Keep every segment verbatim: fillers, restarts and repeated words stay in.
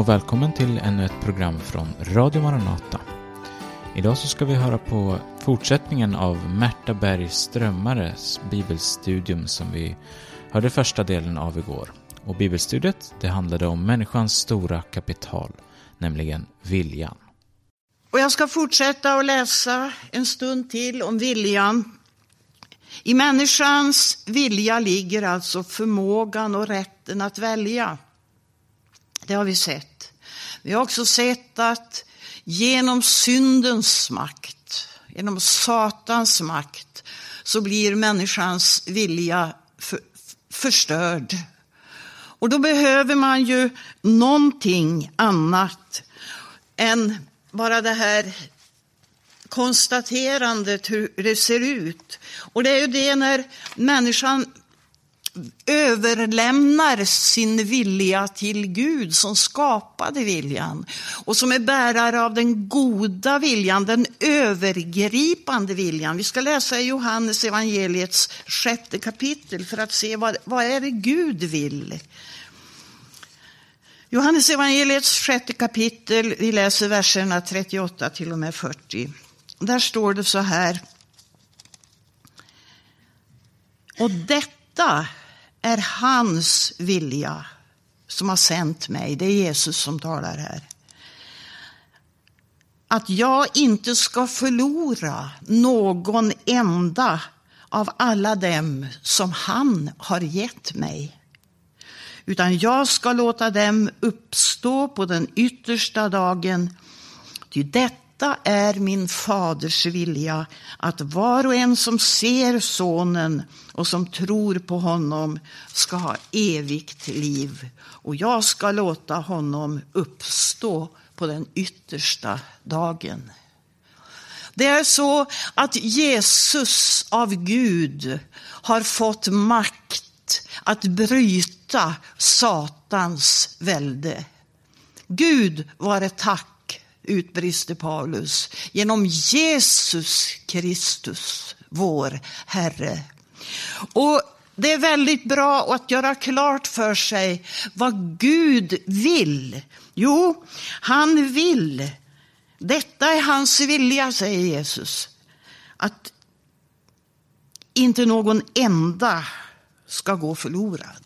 och välkommen till ännu ett program från Radio Maranata. Idag så ska vi höra på fortsättningen av Märta Berg Strömmares bibelstudium som vi hörde första delen av igår. Och bibelstudiet, det handlade om människans stora kapital, nämligen viljan. Och jag ska fortsätta att läsa en stund till om viljan. I människans vilja ligger alltså förmågan och rätten att välja. Det har vi sett. Vi har också sett att genom syndens makt, genom Satans makt, så blir människans vilja för, förstörd. Och då behöver man ju någonting annat än bara det här konstaterandet hur det ser ut. Och det är ju det när människan överlämnar sin vilja till Gud som skapade viljan och som är bärare av den goda viljan, den övergripande viljan. Vi ska läsa i Johannes evangeliets sjätte kapitel för att se vad, vad är det Gud vill. Johannes evangeliets sjätte kapitel, vi läser verserna trettioåtta till och med fyrtio. Där står det så här: och detta är hans vilja som har sänt mig. Det är Jesus som talar här. Att jag inte ska förlora någon enda av alla dem som han har gett mig. Utan jag ska låta dem uppstå på den yttersta dagen. Ty detta är min faders vilja, att var och en som ser sonen och som tror på honom ska ha evigt liv. Och jag ska låta honom uppstå på den yttersta dagen. Det är så att Jesus av Gud har fått makt att bryta Satans välde. Gud var ett tack, utbrister Paulus, genom Jesus Kristus, vår Herre. Och det är väldigt bra att göra klart för sig vad Gud vill. Jo, han vill. Detta är hans vilja, säger Jesus. Att inte någon enda ska gå förlorad.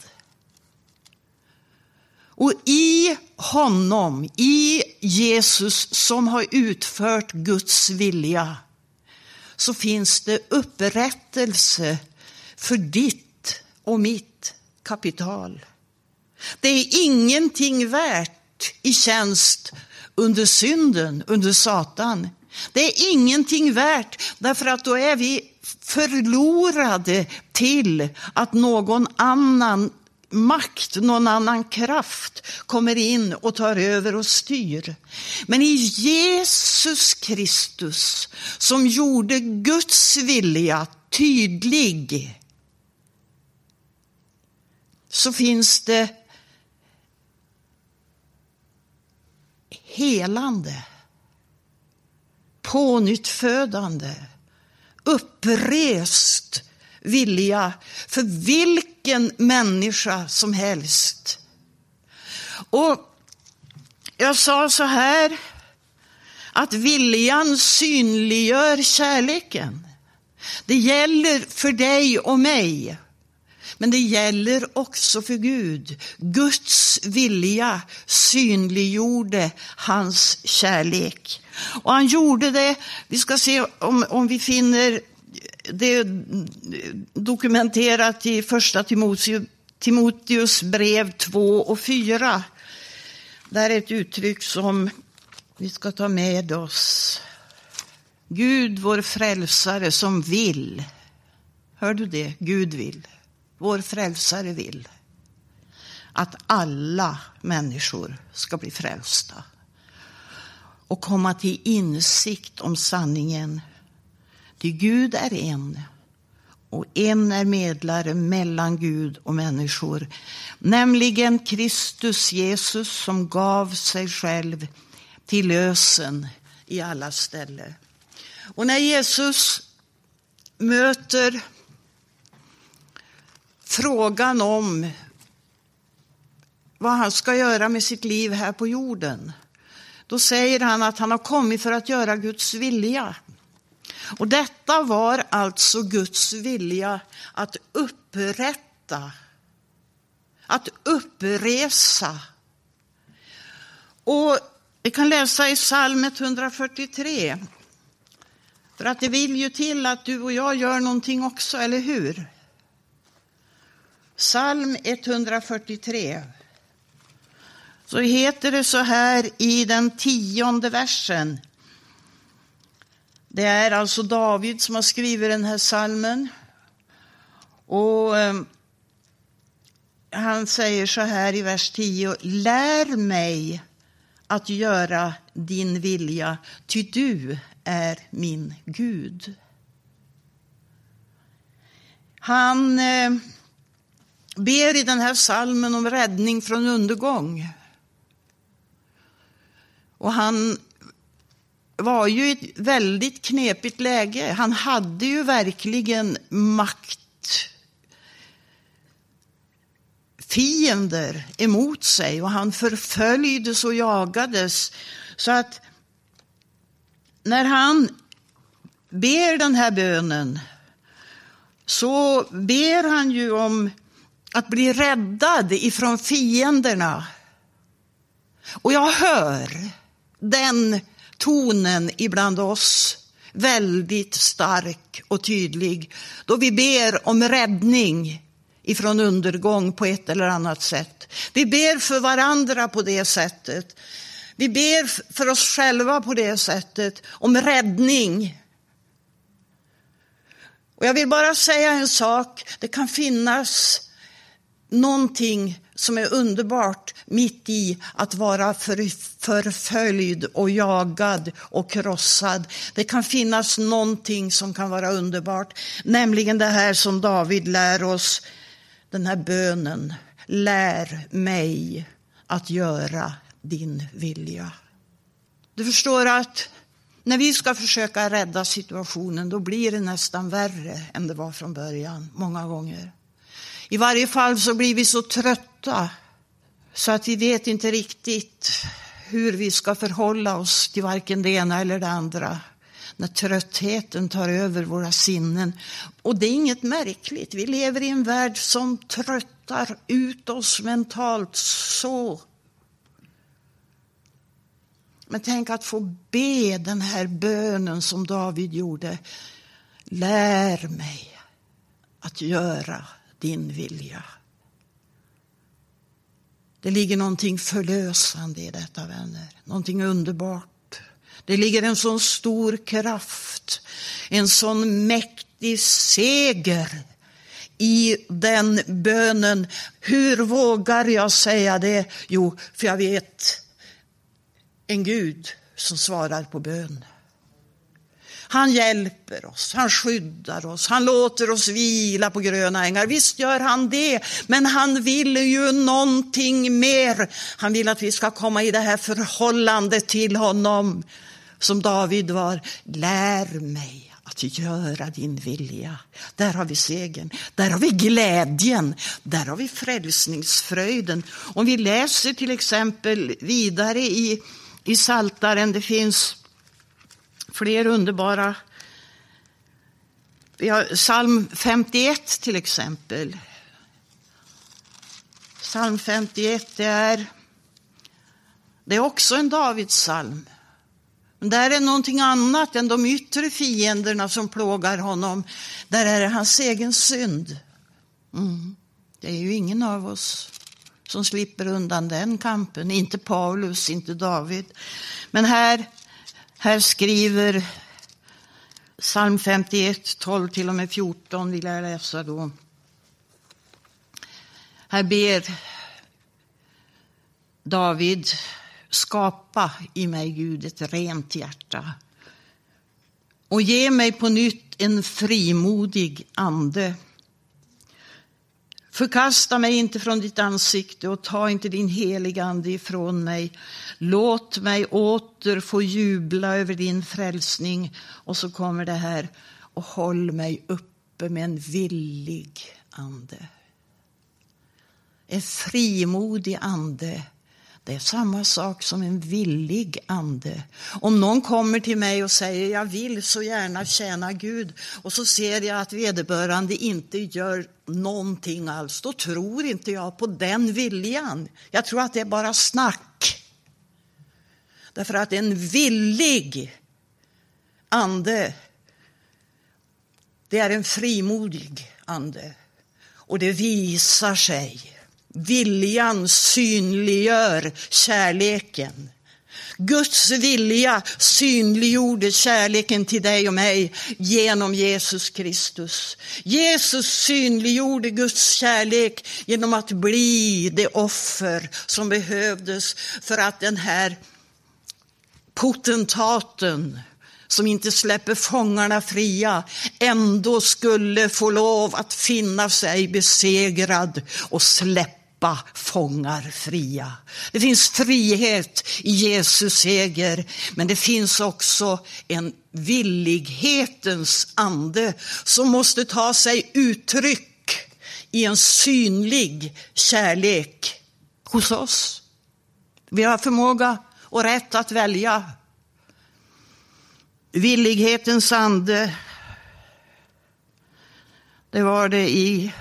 Och i honom, i Jesus som har utfört Guds vilja, så finns det upprättelse för ditt och mitt kapital. Det är ingenting värt i tjänst under synden, under Satan. Det är ingenting värt därför att då är vi förlorade till att någon annan makt, någon annan kraft kommer in och tar över och styr. Men i Jesus Kristus som gjorde Guds vilja tydlig, så finns det helande, pånyttfödande, upprest vilja för vilken människa som helst. Och jag sa så här, att viljan synliggör kärleken. Det gäller för dig och mig. Men det gäller också för Gud. Guds vilja synliggjorde hans kärlek. Och han gjorde det, vi ska se om, om vi finner det dokumenterat i första Timoteus, Timoteus brev två och fyra. Där är ett uttryck som vi ska ta med oss. Gud, vår frälsare, som vill. Hör du det? Gud vill. Vår frälsare vill att alla människor ska bli frälsta och komma till insikt om sanningen. Ty Gud är en, och en är medlare mellan Gud och människor, nämligen Kristus Jesus som gav sig själv till lösen i alla ställen. Och när Jesus möter frågan om vad han ska göra med sitt liv här på jorden. Då säger han att han har kommit för att göra Guds vilja. Och detta var alltså Guds vilja att upprätta, att uppresa. Och vi kan läsa i psalm etthundrafyrtiotre. För att det vill ju till att du och jag gör någonting också, eller hur? Psalm etthundrafyrtiotre. Så heter det så här i den tionde versen. Det är alltså David som har skrivit den här psalmen. Och eh, han säger så här i vers tio. Lär mig att göra din vilja, ty du är min Gud. Han eh, ber i den här psalmen om räddning från undergång. Och han var ju i ett väldigt knepigt läge. Han hade ju verkligen makt, fiender emot sig, och han förföljdes och jagades. Så att när han ber den här bönen så ber han ju om att bli räddad ifrån fienderna. Och jag hör den tonen ibland oss väldigt stark och tydlig då vi ber om räddning ifrån undergång på ett eller annat sätt. Vi ber för varandra på det sättet. Vi ber för oss själva på det sättet om räddning. Och jag vill bara säga en sak. Det kan finnas någonting som är underbart mitt i att vara för, förföljd och jagad och krossad. Det kan finnas någonting som kan vara underbart. Nämligen det här som David lär oss. Den här bönen. Lär mig att göra din vilja. Du förstår att när vi ska försöka rädda situationen, då blir det nästan värre än det var från början, många gånger. I varje fall så blir vi så trötta så att vi vet inte riktigt hur vi ska förhålla oss till varken det ena eller det andra. När tröttheten tar över våra sinnen. Och det är inget märkligt. Vi lever i en värld som tröttar ut oss mentalt så. Men tänk att få be den här bönen som David gjorde. Lär mig att göra din vilja. Det ligger någonting förlösande i detta, vänner. Någonting underbart. Det ligger en sån stor kraft, en sån mäktig seger i den bönen. Hur vågar jag säga det? Jo, för jag vet en Gud som svarar på bön. Han hjälper oss, han skyddar oss, han låter oss vila på gröna ängar. Visst gör han det, men han vill ju någonting mer. Han vill att vi ska komma i det här förhållandet till honom som David var. Lär mig att göra din vilja. Där har vi segern, där har vi glädjen, där har vi frälsningsfröjden. Om vi läser till exempel vidare i, i Psaltaren, det finns fler underbara. Vi har psalm femtioett till exempel. Psalm femtioett det är, det är också en Davids psalm. Men där är någonting annat än de yttre fienderna som plågar honom. Där är det hans egen synd. Mm. Det är ju ingen av oss som slipper undan den kampen. Inte Paulus, inte David. Men här Här skriver psalm femtioett, tolv till och med fjorton vill jag läsa då. Här ber David, skapa i mig Gud ett rent hjärta och ge mig på nytt en frimodig ande. Förkasta mig inte från ditt ansikte och ta inte din heliga ande ifrån mig. Låt mig åter få jubla över din frälsning. Och så kommer det här. Och håll mig uppe med en villig ande. En frimodig ande. Det är samma sak som en villig ande. Om någon kommer till mig och säger jag vill så gärna tjäna Gud och så ser jag att vederbörande inte gör någonting alls, då tror inte jag på den viljan. Jag tror att det är bara snack. Därför att en villig ande, det är en frimodig ande. Och det visar sig. Viljan synliggör kärleken. Guds vilja synliggjorde kärleken till dig och mig genom Jesus Kristus. Jesus synliggjorde Guds kärlek genom att bli det offer som behövdes för att den här potentaten som inte släpper fångarna fria ändå skulle få lov att finna sig besegrad och släppa fångar fria. Det finns frihet i Jesus seger, men det finns också en villighetens ande som måste ta sig uttryck i en synlig kärlek hos oss. Vi har förmåga och rätt att välja. Villighetens ande, det var det i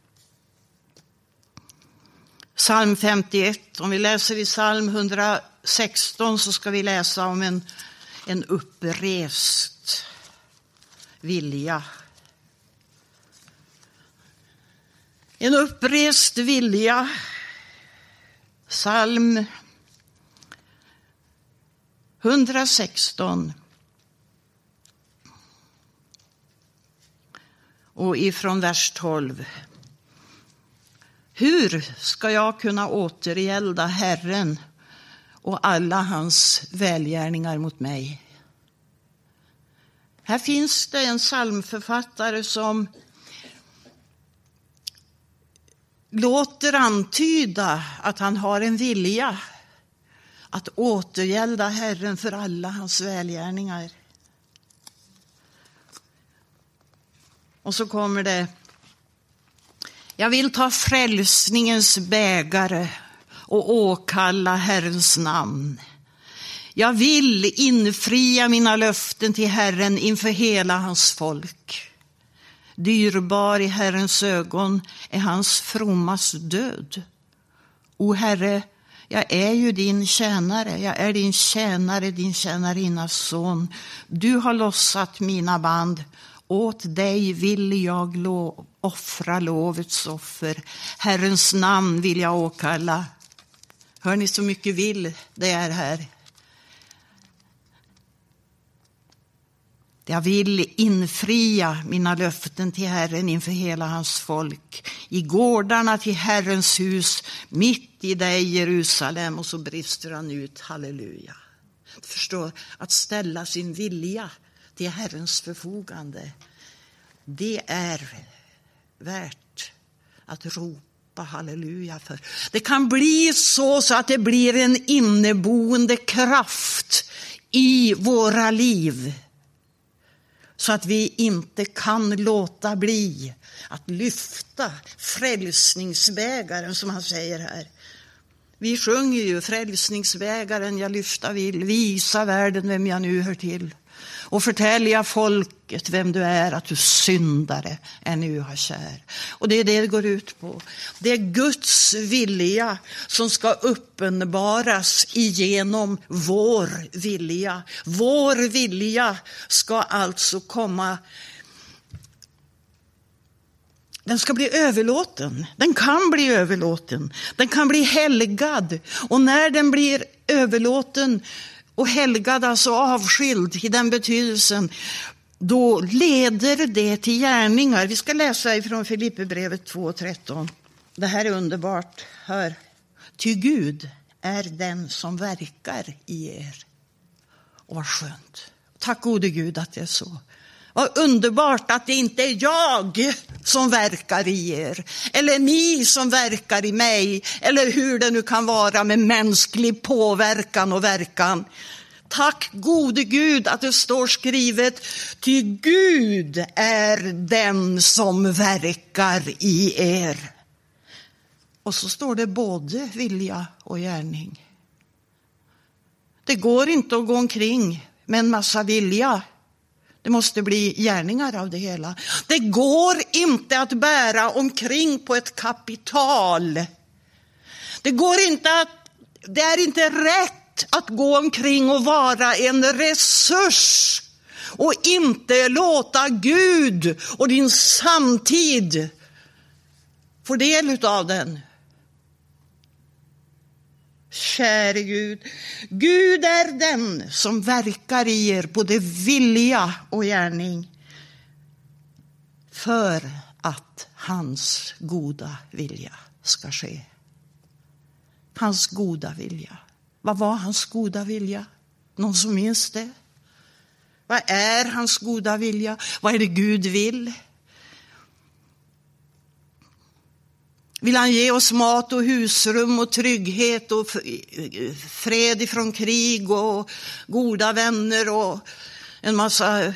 Psalm femtioett. Om vi läser i Psalm hundrasexton så ska vi läsa om en, en upprest vilja. En upprest vilja. Psalm hundrasexton. Och ifrån vers tolv. Hur ska jag kunna återgälda Herren och alla hans välgärningar mot mig? Här finns det en psalmförfattare som låter antyda att han har en vilja att återgälda Herren för alla hans välgärningar. Och så kommer det: jag vill ta frälsningens bägare och åkalla Herrens namn. Jag vill infria mina löften till Herren inför hela hans folk. Dyrbar i Herrens ögon är hans frommas död. O Herre, jag är ju din tjänare, jag är din tjänare, din tjänarinnas son. Du har lossat mina band. Åt dig vill jag lo- offra lovets offer. Herrens namn vill jag åkalla. Hör ni så mycket vill det är här? Jag vill infria mina löften till Herren inför hela hans folk. I gårdarna till Herrens hus, mitt i dig Jerusalem. Och så brister han ut, halleluja. Förstår, att ställa sin vilja till Herrens förfogande. Det är värt att ropa halleluja för. Det kan bli så, så att det blir en inneboende kraft i våra liv. Så att vi inte kan låta bli att lyfta frälsningsbägaren som han säger här. Vi sjunger ju frälsningsbägaren jag lyfta vill, visa världen vem jag nu hör till. Och förtälja folket vem du är, att du syndare är nu har kär. Och det är det det går ut på. Det är Guds vilja som ska uppenbaras igenom vår vilja. Vår vilja ska alltså komma. Den ska bli överlåten. Den kan bli överlåten. Den kan bli helgad. Och när den blir överlåten och helgad, alltså avskild i den betydelsen, då leder det till gärningar. Vi ska läsa ifrån Filipperbrevet två tretton. Det här är underbart. Hör. Ty Gud är den som verkar i er. Och vad skönt. Tack gode Gud att det är så. Vad underbart att det inte är jag som verkar i er. Eller ni som verkar i mig. Eller hur det nu kan vara med mänsklig påverkan och verkan. Tack gode Gud att det står skrivet. Ty Gud är den som verkar i er. Och så står det både vilja och gärning. Det går inte att gå omkring med en massa vilja. Det måste bli gärningar av det hela. Det går inte att bära omkring på ett kapital. Det går inte att, det är inte rätt att gå omkring och vara en resurs och inte låta Gud och din samtid få del av den. Käre Gud, Gud är den som verkar i er både vilja och gärning för att hans goda vilja ska ske. Hans goda vilja. Vad var hans goda vilja? Någon som minns det? Vad är hans goda vilja? Vad är det Gud vill? Vill han ge oss mat och husrum och trygghet och fred ifrån krig och goda vänner och en massa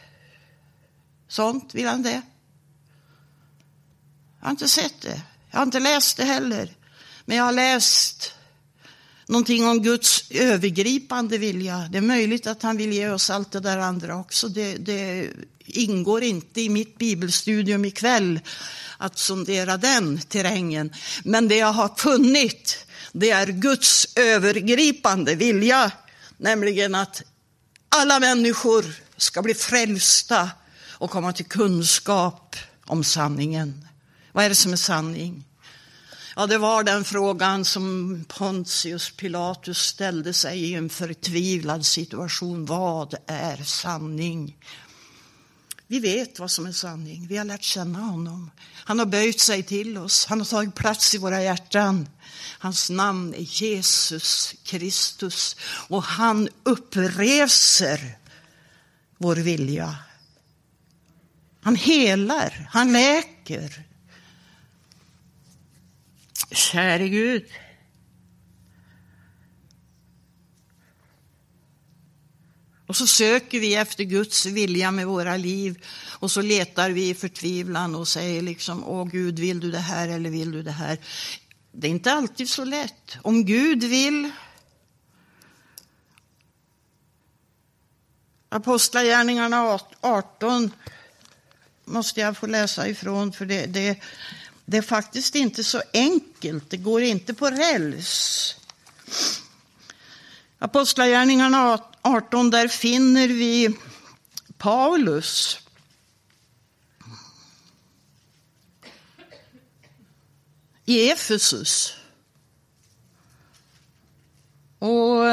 sånt? Vill han det? Jag har inte sett det. Jag har inte läst det heller. Men jag har läst någonting om Guds övergripande vilja. Det är möjligt att han vill ge oss allt det där andra också. Det, det ingår inte i mitt bibelstudium ikväll att sondera den terrängen. Men det jag har funnit, det är Guds övergripande vilja. Nämligen att alla människor ska bli frälsta och komma till kunskap om sanningen. Vad är det som är sanning? Ja, det var den frågan som Pontius Pilatus ställde sig i en förtvivlad situation. Vad är sanning? Vi vet vad som är sanning. Vi har lärt känna honom. Han har böjt sig till oss. Han har tagit plats i våra hjärtan. Hans namn är Jesus Kristus. Och han uppreser vår vilja. Han helar. Han läker. Käre Gud. Och så söker vi efter Guds vilja med våra liv. Och så letar vi i förtvivlan och säger liksom, åh Gud, vill du det här eller vill du det här? Det är inte alltid så lätt. Om Gud vill. Apostlagärningarna arton måste jag få läsa ifrån, för det, det, det är faktiskt inte så enkelt. Det går inte på räls. Apostlagärningarna arton, där finner vi Paulus. I Efesus. Och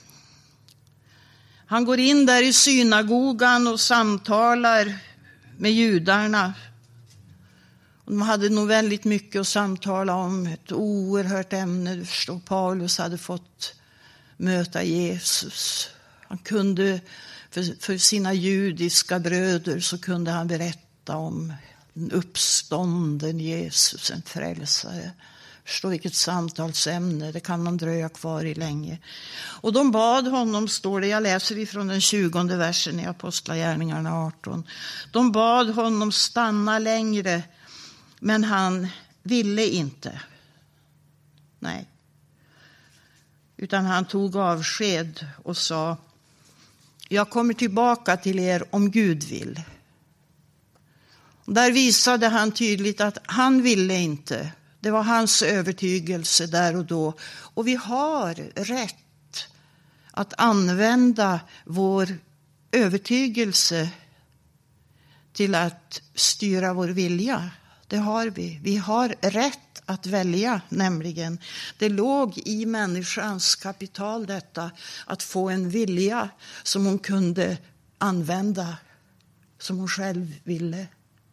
han går in där i synagogan och samtalar med judarna. De hade nog väldigt mycket att samtala om, ett oerhört ämne. Du förstår, Paulus hade fått möta Jesus. Han kunde, för, för sina judiska bröder så kunde han berätta om en uppstånden Jesus, en frälsare. Förstå vilket samtalsämne, det kan man dröja kvar i länge. Och de bad honom, står det, jag läser ifrån den tjugonde versen i Apostlagärningarna arton. De bad honom stanna längre, men han ville inte. Nej. Utan han tog avsked och sa, jag kommer tillbaka till er om Gud vill. Där visade han tydligt att han ville inte. Det var hans övertygelse där och då. Och vi har rätt att använda vår övertygelse till att styra vår vilja. Det har vi. Vi har rätt att välja, nämligen. Det låg i människans kapital detta, att få en vilja som hon kunde använda, som hon själv ville.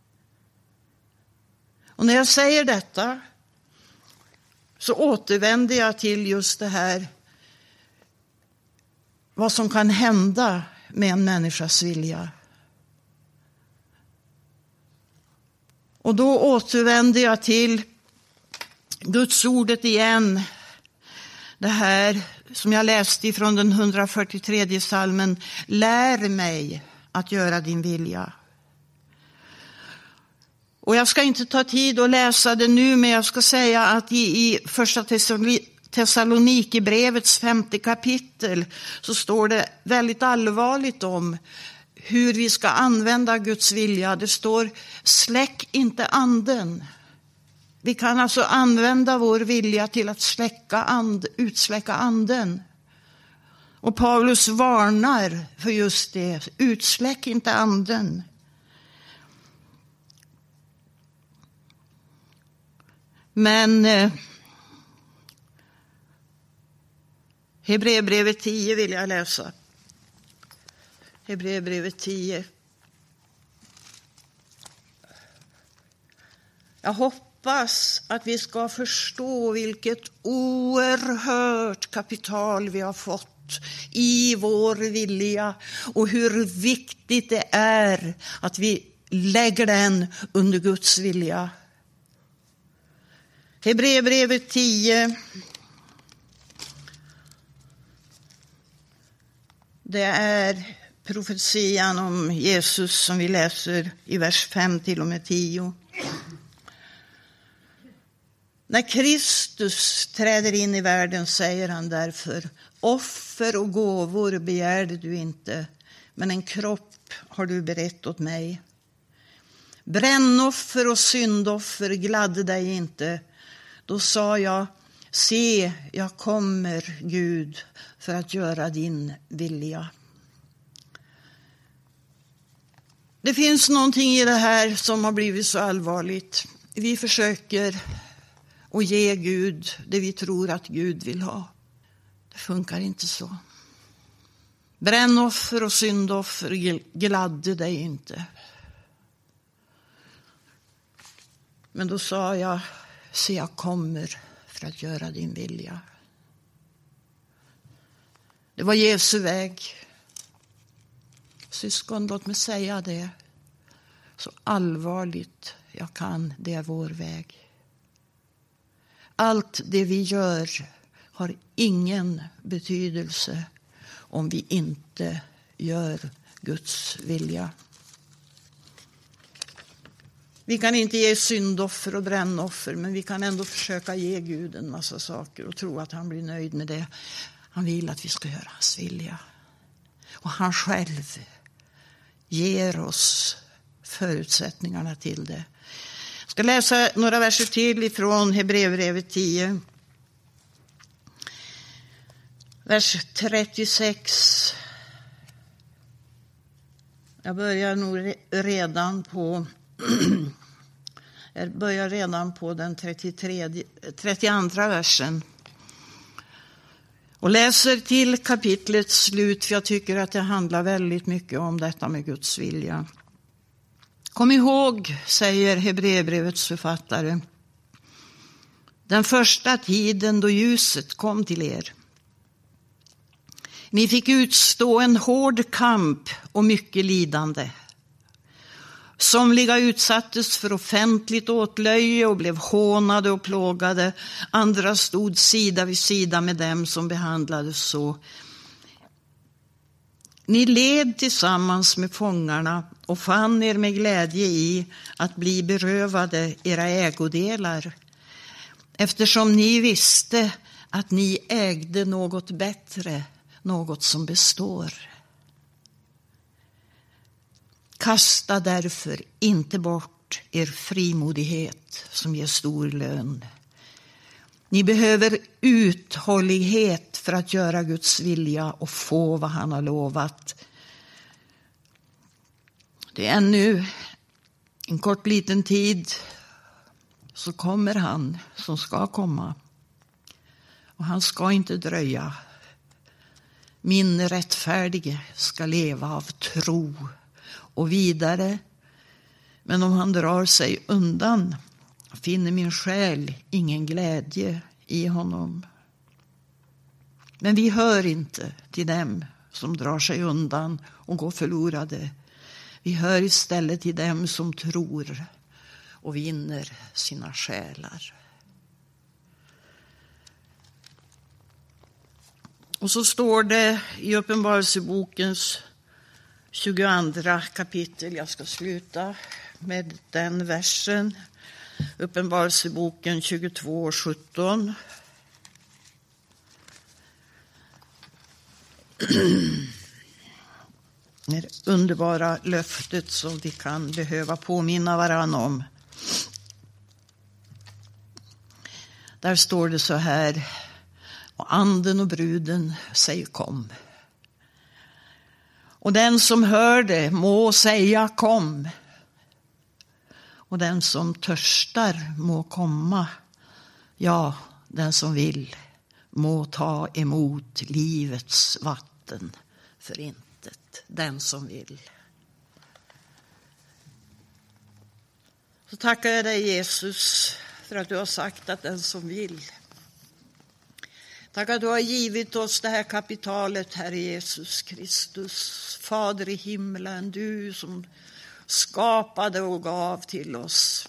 Och när jag säger detta så återvänder jag till just det här, vad som kan hända med en människas vilja. Och då återvänder jag till Guds ordet igen. Det här som jag läste ifrån den hundrafyrtiotredje psalmen. Lär mig att göra din vilja. Och jag ska inte ta tid att läsa det nu, men jag ska säga att i, i första Thessalonikerbrevets femte kapitel så står det väldigt allvarligt om hur vi ska använda Guds vilja. Det står: släck inte anden. Vi kan alltså använda vår vilja till att släcka and, utsläcka anden. Och Paulus varnar för just det. Utsläck inte anden. Men eh, Hebreerbrevet tio vill jag läsa. Hebreerbrevet tio. Jag hoppas att vi ska förstå vilket oerhört kapital vi har fått i vår vilja och hur viktigt det är att vi lägger den under Guds vilja. Hebreerbrevet tio. Det är profetian om Jesus som vi läser i vers fem till och med tio. När Kristus träder in i världen säger han därför: offer och gåvor begärde du inte, men en kropp har du berett åt mig. Brännoffer och syndoffer gladde dig inte. Då sa jag: se, jag kommer, Gud, för att göra din vilja. Det finns någonting i det här som har blivit så allvarligt. Vi försöker att ge Gud det vi tror att Gud vill ha. Det funkar inte så. Brännoffer och syndoffer gladde dig inte. Men då sa jag: se, jag kommer för att göra din vilja. Det var Jesu väg. Syskon, låt mig säga det så allvarligt jag kan. Det är vår väg. Allt det vi gör har ingen betydelse om vi inte gör Guds vilja. Vi kan inte ge syndoffer och brännoffer, men vi kan ändå försöka ge Gud en massa saker och tro att han blir nöjd med det. Han vill att vi ska göra hans vilja. Och han själv ger oss förutsättningarna till det. Jag ska läsa några verser till ifrån Hebreerbrevet tio. Vers trettiosex. Jag börjar nog redan på jag börjar redan på den trettiotre, trettioandra versen. Och läser till kapitlets slut, för jag tycker att det handlar väldigt mycket om detta med Guds vilja. Kom ihåg, säger Hebreerbrevets författare, den första tiden då ljuset kom till er. Ni fick utstå en hård kamp och mycket lidande. Somliga utsattes för offentligt åtlöje och blev hånade och plågade. Andra stod sida vid sida med dem som behandlades så. Ni led tillsammans med fångarna och fann er med glädje i att bli berövade era ägodelar, eftersom ni visste att ni ägde något bättre, något som består. Kasta därför inte bort er frimodighet som ger stor lön. Ni behöver uthållighet för att göra Guds vilja och få vad han har lovat. Det är ännu en kort liten tid så kommer han som ska komma. Och han ska inte dröja. Min rättfärdige ska leva av tro. Och vidare, men om han drar sig undan finner min själ ingen glädje i honom. Men vi hör inte till dem som drar sig undan och går förlorade. Vi hör istället till dem som tror och vinner sina själar. Och så står det i Uppenbarelsebokens tjugoandra kapitel. Jag ska sluta med den versen. Uppenbarelseboken tjugotvå sjutton. Det underbara löftet som vi kan behöva påminna varann om. Där står det så här: och anden och bruden säger kom. Och den som hör det må säga kom. Och den som törstar må komma. Ja, den som vill må ta emot livets vatten för intet. Den som vill. Så tackar jag dig, Jesus, för att du har sagt att den som vill. Tack att du har givit oss det här kapitalet, Herre Jesus Kristus. Fader i himlen, du som skapade och gav till oss.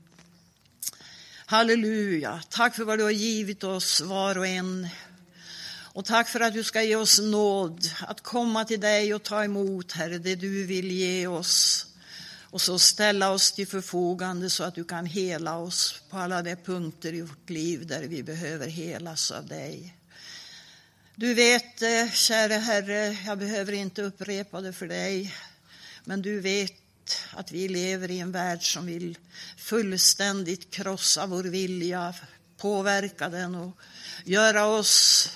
Halleluja. Tack för vad du har givit oss var och en. Och tack för att du ska ge oss nåd att komma till dig och ta emot, Herre, det du vill ge oss. Och så ställa oss till förfogande så att du kan hela oss på alla de punkter i vårt liv där vi behöver helas av dig. Du vet, kära Herre, jag behöver inte upprepa det för dig. Men du vet att vi lever i en värld som vill fullständigt krossa vår vilja, påverka den och göra oss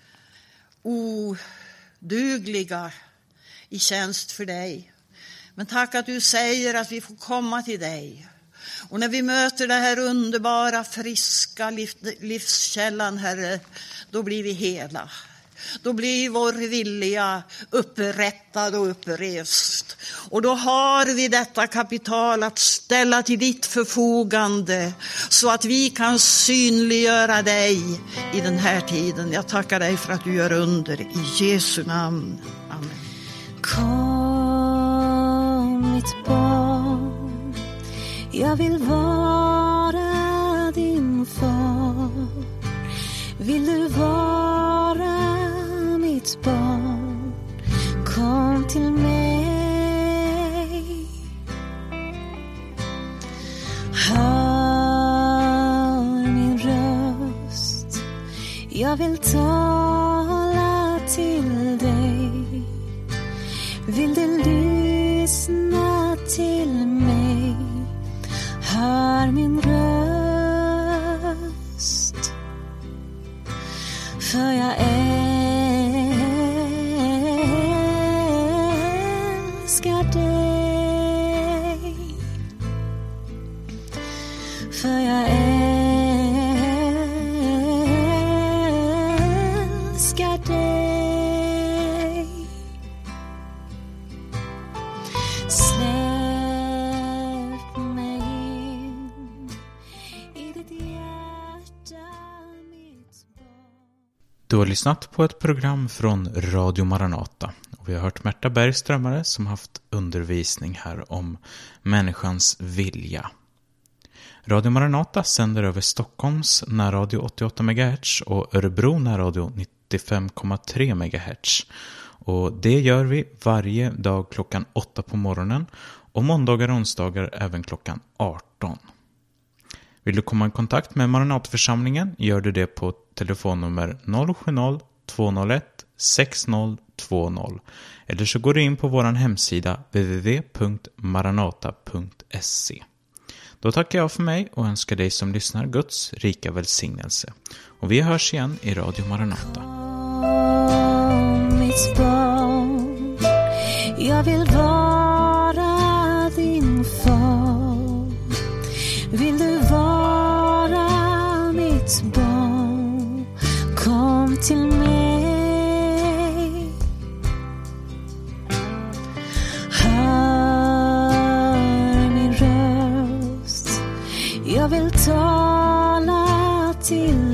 odugliga i tjänst för dig. Men tack att du säger att vi får komma till dig. Och när vi möter det här underbara, friska livskällan, Herre, då blir vi hela. Då blir vår vilja upprättad och upprest. Och då har vi detta kapital att ställa till ditt förfogande så att vi kan synliggöra dig i den här tiden. Jag tackar dig för att du gör under i Jesu namn. Amen. Kom mitt barn, jag vill vara din far. Vill du vara mitt barn, kom till mig. Hör min röst, jag vill tala till dig. Vill du lyssna till mig? Hör min röst, för jag älskar dig. För jag älskar dig. Släpp mig in i ditt hjärta, mitt barn. Du har lyssnat på ett program från Radio Maranata. Och vi har hört Märta Bergströmmare som haft undervisning här om människans vilja. Radio Maranata sänder över Stockholms närradio åttioåtta megahertz och Örebro närradio nittiofem komma tre megahertz. Och det gör vi varje dag klockan åtta på morgonen och måndagar och onsdagar även klockan arton. Vill du komma i kontakt med Maranatförsamlingen gör du det på telefonnummer noll sju noll två noll ett sex noll två noll eller så går du in på vår hemsida w w w punkt maranata punkt se. Då tackar jag för mig och önskar dig som lyssnar Guds rika välsignelse. Och vi hörs igen i Radio Maranata. Kom mitt barn, jag vill vara din far. Vill du vara mitt barn, kom till mig. Hör min röst, jag vill tala till